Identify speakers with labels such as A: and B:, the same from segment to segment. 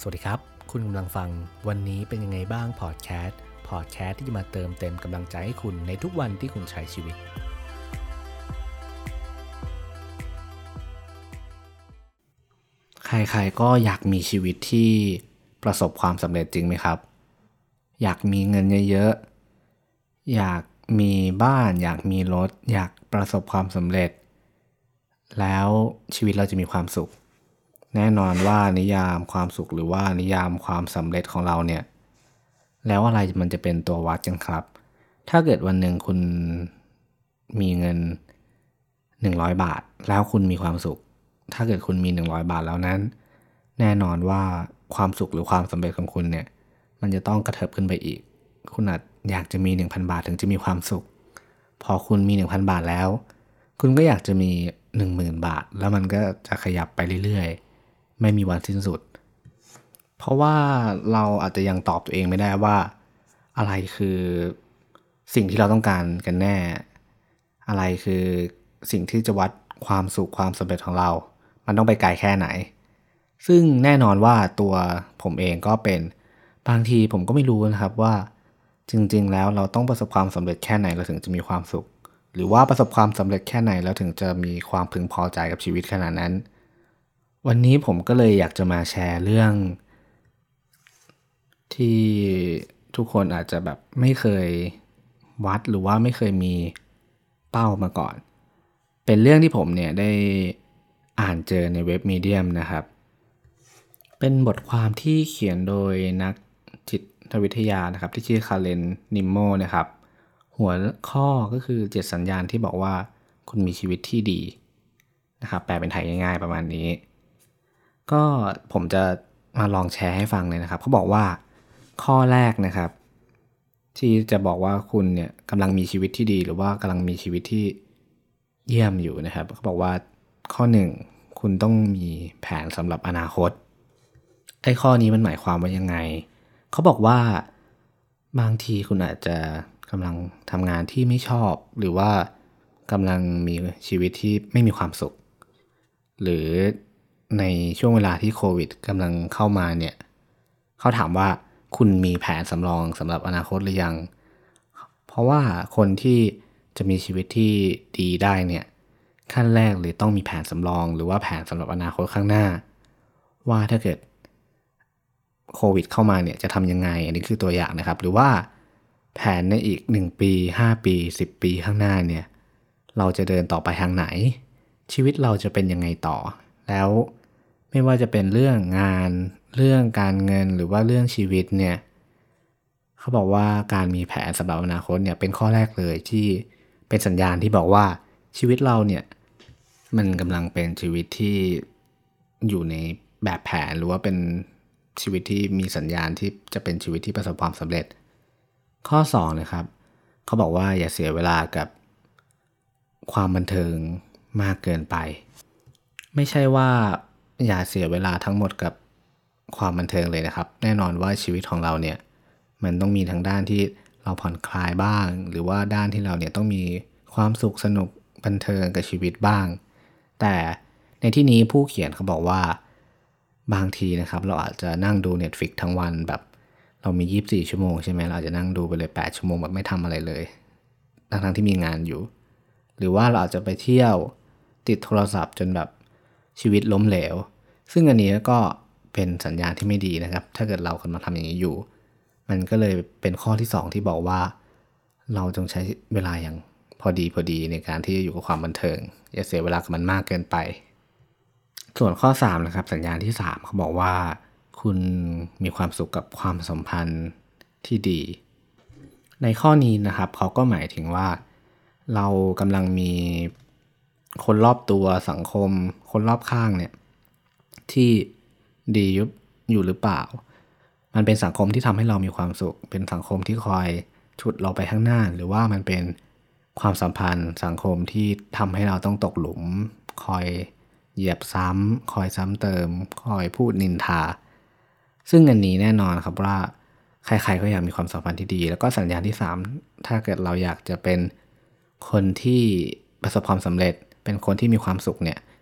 A: สวัสดีครับคุณกำลังฟังวันนี้เป็นยังไงบ้างพอดแคสต์ที่จะมาเติมเต็มกำลังใจให้คุณในทุกวันที่คุณใช้ชีวิตใครๆก็อยากมีชีวิตที่ประสบความสำเร็จจริงไหมครับอยากมีเงินเยอะๆอยากมีบ้านอยากมีรถอยากประสบความสำเร็จแล้วชีวิตเราจะมีความสุขแน่นอนว่านิยามความสุขหรือว่านิยามความสำเร็จของเราเนี่ยแล้วอะไรมันจะเป็นตัววัดกันครับถ้าเกิดวันหนึ่งคุณมีเงิน100 บาทแล้วคุณมีความสุขถ้าเกิดคุณมี100 บาทแล้วนั้นแน่นอนว่าความสุขหรือความสำเร็จของคุณเนี่ยมันจะต้องกระเถิบขึ้นไปอีกคุณอาจอยากจะมี 1,000 บาทถึงจะมีความสุขพอคุณมี 1,000 บาทแล้วคุณก็อยากจะมี 10,000 บาทแล้วมันก็จะขยับไปเรื่อยๆไม่มีวันสิ้นสุดเพราะว่าเราอาจจะยังตอบตัวเองไม่ได้ว่าอะไรคือสิ่งที่เราต้องการกันแน่อะไรคือสิ่งที่จะวัดความสุขความสำเร็จของเรามันต้องไปไกลแค่ไหนซึ่งแน่นอนว่าตัวผมเองก็เป็นบางทีผมก็ไม่รู้นะครับว่าจริงๆแล้วเราต้องประสบความสำเร็จแค่ไหนเราถึงจะมีความสุขหรือว่าประสบความสำเร็จแค่ไหนแล้วถึงจะมีความพึงพอใจกับชีวิตขนาดนั้นวันนี้ผมก็เลยอยากจะมาแชร์เรื่องที่ทุกคนอาจจะแบบไม่เคยวัดหรือว่าไม่เคยมีเป้ามาก่อนเป็นเรื่องที่ผมเนี่ยได้อ่านเจอในเว็บมีเดียมนะครับเป็นบทความที่เขียนโดยนักจิตวิทยานะครับที่ชื่อคาเรนนิมโมนะครับหัวข้อก็คือ7 สัญญาณที่บอกว่าคุณมีชีวิตที่ดีนะครับแปลเป็นไทยง่ายๆประมาณนี้ก็ผมจะมาลองแชร์ให้ฟังเลยนะครับเขาบอกว่าข้อแรกนะครับที่จะบอกว่าคุณเนี่ยกำลังมีชีวิตที่ดีหรือว่ากำลังมีชีวิตที่เยี่ยมอยู่นะครับเขาบอกว่าข้อ1คุณต้องมีแผนสำหรับอนาคตไอ้ข้อนี้มันหมายความว่ายังไงเขาบอกว่าบางทีคุณอาจจะกำลังทำงานที่ไม่ชอบหรือว่ากำลังมีชีวิตที่ไม่มีความสุขหรือในช่วงเวลาที่โควิดกำลังเข้ามาเนี่ยเขาถามว่าคุณมีแผนสำรองสำหรับอนาคตหรือยังเพราะว่าคนที่จะมีชีวิตที่ดีได้เนี่ยขั้นแรกเลยต้องมีแผนสำรองหรือว่าแผนสำหรับอนาคตข้างหน้าว่าถ้าเกิดโควิดเข้ามาเนี่ยจะทำยังไงอันนี้คือตัวอย่างนะครับหรือว่าแผนในอีก1 ปี5 ปี10 ปีข้างหน้าเนี่ยเราจะเดินต่อไปทางไหนชีวิตเราจะเป็นยังไงต่อแล้วไม่ว่าจะเป็นเรื่องงานเรื่องการเงินหรือว่าเรื่องชีวิตเนี่ยเขาบอกว่าการมีแผนสำหรับอนาคตเนี่ยเป็นข้อแรกเลยที่เป็นสัญญาณที่บอกว่าชีวิตเราเนี่ยมันกำลังเป็นชีวิตที่อยู่ในแบบแผนหรือว่าเป็นชีวิตที่มีสัญญาณที่จะเป็นชีวิตที่ประสบความสำเร็จข้อ2นะครับเขาบอกว่าอย่าเสียเวลากับความบันเทิงมากเกินไปไม่ใช่ว่าอย่าเสียเวลาทั้งหมดกับความบันเทิงเลยนะครับแน่นอนว่าชีวิตของเราเนี่ยมันต้องมีทั้งด้านที่เราผ่อนคลายบ้างหรือว่าด้านที่เราเนี่ยต้องมีความสุขสนุกบันเทิงกับชีวิตบ้างแต่ในที่นี้ผู้เขียนเขาบอกว่าบางทีนะครับเราอาจจะนั่งดู Netflix ทั้งวันแบบเรามี24 ชั่วโมงใช่ไหมเราอาจจะนั่งดูไปเลย8 ชั่วโมงแบบไม่ทำอะไรเลยทั้งที่มีงานอยู่หรือว่าเราอาจจะไปเที่ยวติดโทรศัพท์จนแบบชีวิตล้มเหลวซึ่งอันนี้ก็เป็นสัญญาณที่ไม่ดีนะครับถ้าเกิดเรากำลังทำอย่างนี้อยู่มันก็เลยเป็นข้อที่2ที่บอกว่าเราจงใช้เวลาอย่างพอดีในการที่จะอยู่กับความบันเทิงอย่าเสียเวลากับมันมากเกินไปส่วนข้อ3นะครับสัญญาณที่3เขาบอกว่าคุณมีความสุขกับความสัมพันธ์ที่ดีในข้อนี้นะครับเขาก็หมายถึงว่าเรากำลังมีคนรอบตัวสังคมคนรอบข้างเนี่ยที่ดีอยู่หรือเปล่ามันเป็นสังคมที่ทำให้เรามีความสุขเป็นสังคมที่คอยฉุดเราไปข้างหน้าหรือว่ามันเป็นความสัมพันธ์สังคมที่ทำให้เราต้องตกหลุมคอยเหยียบซ้ำคอยซ้ำเติมคอยพูดนินทาซึ่งอันนี้แน่นอนครับว่าใครๆก็อยากมีความสัมพันธ์ที่ดีแล้วก็สัญญาณที่3ถ้าเกิดเราอยากจะเป็นคนที่ประสบความสำเร็จเป็นคนที่มีความสุขเนี่ย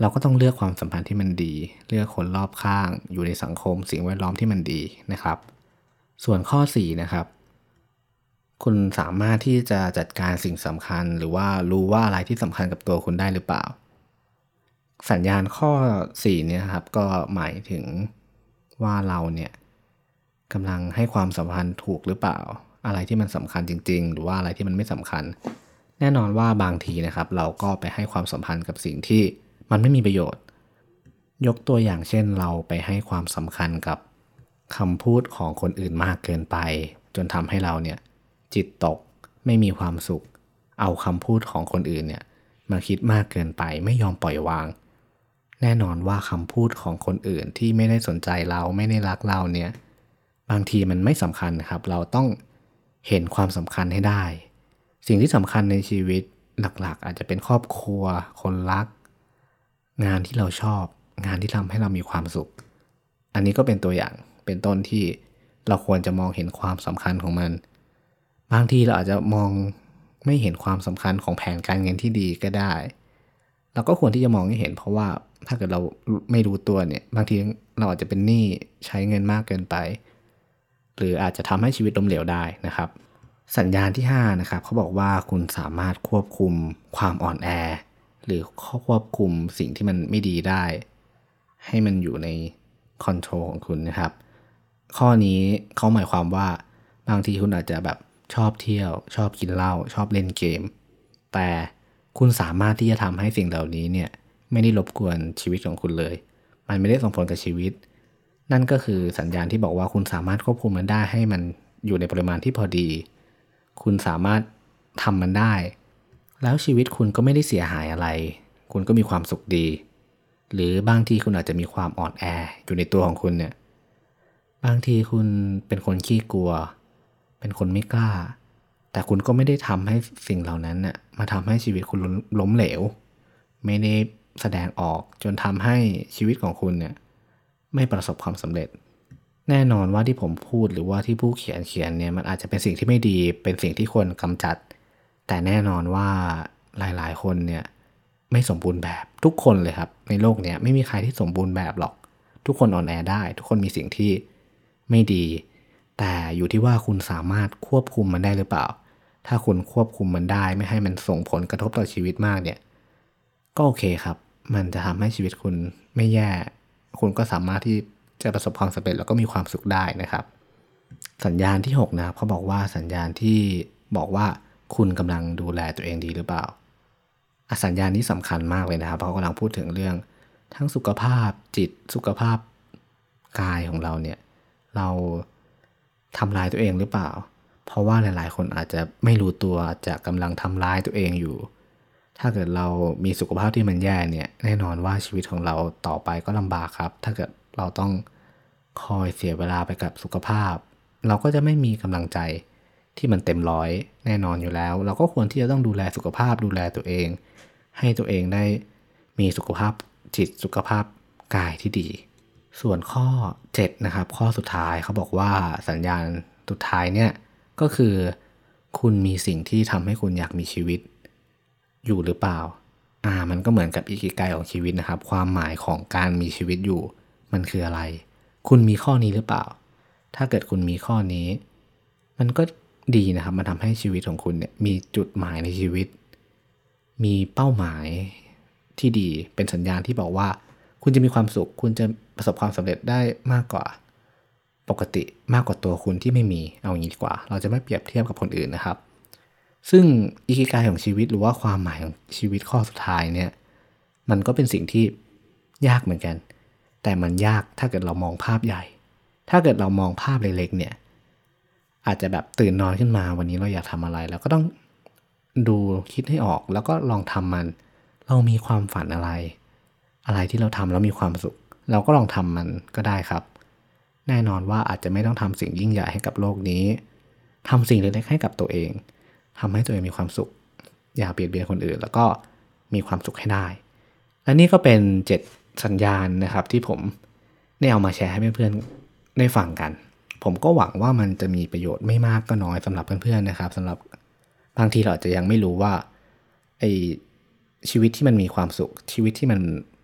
A: เราก็ต้องเลือกความสัมพันธ์ที่มันดีเลือกคนรอบข้างอยู่ในสังคมสิ่งแวดล้อมที่มันดีนะครับส่วนข้อ4นะครับคุณสามารถที่จะจัดการสิ่งสำคัญหรือว่ารู้ว่าอะไรที่สำคัญกับตัวคุณได้หรือเปล่าสัญญาณข้อ4เนี่ยครับก็หมายถึงว่าเราเนี่ยกำลังให้ความสัมพันธ์ถูกหรือเปล่าอะไรที่มันสำคัญจริงๆหรือว่าอะไรที่มันไม่สำคัญแน่นอนว่าบางทีนะครับเราก็ไปให้ความสัมพันธ์กับสิ่งที่มันไม่มีประโยชน์ยกตัวอย่างเช่นเราไปให้ความสำคัญกับคำพูดของคนอื่นมากเกินไปจนทำให้เราเนี่ยจิตตกไม่มีความสุขเอาคำพูดของคนอื่นเนี่ยมาคิดมากเกินไปไม่ยอมปล่อยวางแน่นอนว่าคำพูดของคนอื่นที่ไม่ได้สนใจเราไม่ได้รักเราเนี่ยบางทีมันไม่สำคัญครับเราต้องเห็นความสำคัญให้ได้สิ่งที่สำคัญในชีวิตหลักๆอาจจะเป็นครอบครัวคนรักงานที่เราชอบงานที่ทำให้เรามีความสุขอันนี้ก็เป็นตัวอย่างเป็นต้นที่เราควรจะมองเห็นความสำคัญของมันบางทีเราอาจจะมองไม่เห็นความสำคัญของแผนการเงินที่ดีก็ได้เราก็ควรที่จะมองให้เห็นเพราะว่าถ้าเกิดเราไม่รู้ตัวเนี่ยบางทีเราอาจจะเป็นหนี้ใช้เงินมากเกินไปหรืออาจจะทำให้ชีวิตล้มเหลวได้นะครับสัญญาณที่5นะครับเขาบอกว่าคุณสามารถควบคุมความอ่อนแอหรือควบคุมสิ่งที่มันไม่ดีได้ให้มันอยู่ในคอนโทรลของคุณนะครับข้อนี้เขาหมายความว่าบางทีคุณอาจจะแบบชอบเที่ยวชอบกินเหล้าชอบเล่นเกมแต่คุณสามารถที่จะทำให้สิ่งเหล่านี้เนี่ยไม่ได้รบกวนชีวิตของคุณเลยมันไม่ได้ส่งผลกับชีวิตนั่นก็คือสัญญาณที่บอกว่าคุณสามารถควบคุมมันได้ให้มันอยู่ในปริมาณที่พอดีคุณสามารถทำมันได้แล้วชีวิตคุณก็ไม่ได้เสียหายอะไรคุณก็มีความสุขดีหรือบางทีคุณอาจจะมีความอ่อนแออยู่ในตัวของคุณเนี่ยบางทีคุณเป็นคนขี้กลัวเป็นคนไม่กล้าแต่คุณก็ไม่ได้ทำให้สิ่งเหล่านั้นน่ะมาทำให้ชีวิตคุณล้มเหลวไม่ได้แสดงออกจนทำให้ชีวิตของคุณเนี่ยไม่ประสบความสำเร็จแน่นอนว่าที่ผมพูดหรือว่าที่ผู้เขียนเนี่ยมันอาจจะเป็นสิ่งที่ไม่ดีเป็นสิ่งที่ควรกำจัดแต่แน่นอนว่าหลายๆคนเนี่ยไม่สมบูรณ์แบบทุกคนเลยครับในโลกเนี้ยไม่มีใครที่สมบูรณ์แบบหรอกทุกคนอ่อนแอได้ทุกคนมีสิ่งที่ไม่ดีแต่อยู่ที่ว่าคุณสามารถควบคุมมันได้หรือเปล่าถ้าคุณควบคุมมันได้ไม่ให้มันส่งผลกระทบต่อชีวิตมากเนี่ยก็โอเคครับมันจะทำให้ชีวิตคุณไม่แย่คุณก็สามารถที่จะประสบความสำเร็จแล้วก็มีความสุขได้นะครับสัญญาณที่6นะครับเขาบอกว่าสัญญาณที่บอกว่าคุณกำลังดูแลตัวเองดีหรือเปล่าสัญญาณนี้สำคัญมากเลยนะครับเพราะกำลังพูดถึงเรื่องทั้งสุขภาพจิตสุขภาพกายของเราเนี่ยเราทำร้ายตัวเองหรือเปล่าเพราะว่าหลายๆคนอาจจะไม่รู้ตัวจะกำลังทำร้ายตัวเองอยู่ถ้าเกิดเรามีสุขภาพที่มันแย่เนี่ยแน่นอนว่าชีวิตของเราต่อไปก็ลำบากครับถ้าเกิดเราต้องคอยเสียเวลาไปกับสุขภาพเราก็จะไม่มีกำลังใจที่มันเต็มร้อยแน่นอนอยู่แล้วเราก็ควรที่จะต้องดูแลสุขภาพดูแลตัวเองให้ตัวเองได้มีสุขภาพจิตสุขภาพกายที่ดีส่วนข้อ7นะครับข้อสุดท้ายเขาบอกว่าสัญญาณสุดท้ายเนี่ยก็คือคุณมีสิ่งที่ทำให้คุณอยากมีชีวิตอยู่หรือเปล่ามันก็เหมือนกับอิคิไกของชีวิตนะครับความหมายของการมีชีวิตอยู่มันคืออะไรคุณมีข้อนี้หรือเปล่าถ้าเกิดคุณมีข้อนี้มันก็ดีนะครับมันทำให้ชีวิตของคุณเนี่ยมีจุดหมายในชีวิตมีเป้าหมายที่ดีเป็นสัญญาณที่บอกว่าคุณจะมีความสุขคุณจะประสบความสำเร็จได้มากกว่าปกติมากกว่าตัวคุณที่ไม่มีเอาอย่างนี้ดีกว่าเราจะไม่เปรียบเทียบกับคนอื่นนะครับซึ่งอิคิไกของชีวิตหรือว่าความหมายของชีวิตข้อสุดท้ายเนี่ยมันก็เป็นสิ่งที่ยากเหมือนกันแต่มันยากถ้าเกิดเรามองภาพใหญ่ถ้าเกิดเรามองภาพเล็กๆเนี่ยอาจจะแบบตื่นนอนขึ้นมาวันนี้เราอยากทำอะไรแล้วก็ต้องดูคิดให้ออกแล้วก็ลองทำมันเรามีความฝันอะไรที่เราทำแล้วมีความสุขเราก็ลองทำมันก็ได้ครับแน่นอนว่าอาจจะไม่ต้องทำสิ่งยิ่งใหญ่ให้กับโลกนี้ทำสิ่งเล็กๆให้กับตัวเองทำให้ตัวเองมีความสุขอย่าเบียดเบียนคนอื่นแล้วก็มีความสุขให้ได้และนี่ก็เป็น7สัญญาณนะครับที่ผมได้เอามาแชร์ให้เพื่อนๆได้ฟังกันผมก็หวังว่ามันจะมีประโยชน์ไม่มากก็น้อยสำหรับเพื่อนๆนะครับสำหรับบางทีเราอาจจะยังไม่รู้ว่าไอ้ชีวิตที่มันมีความสุขชีวิตที่มัน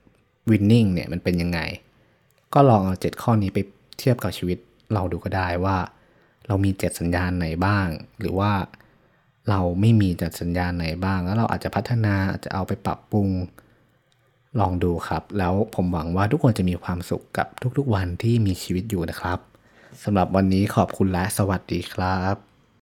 A: winning เนี่ยมันเป็นยังไงก็ลองเอา7ข้อนี้ไปเทียบกับชีวิตเราดูก็ได้ว่าเรามี7สัญญาณไหนบ้างหรือว่าเราไม่มี7สัญญาณไหนบ้างแล้วเราอาจจะพัฒนาอาจจะเอาไปปรับปรุงลองดูครับแล้วผมหวังว่าทุกคนจะมีความสุขกับทุกๆวันที่มีชีวิตอยู่นะครับสำหรับวันนี้ขอบคุณและสวัสดีครับ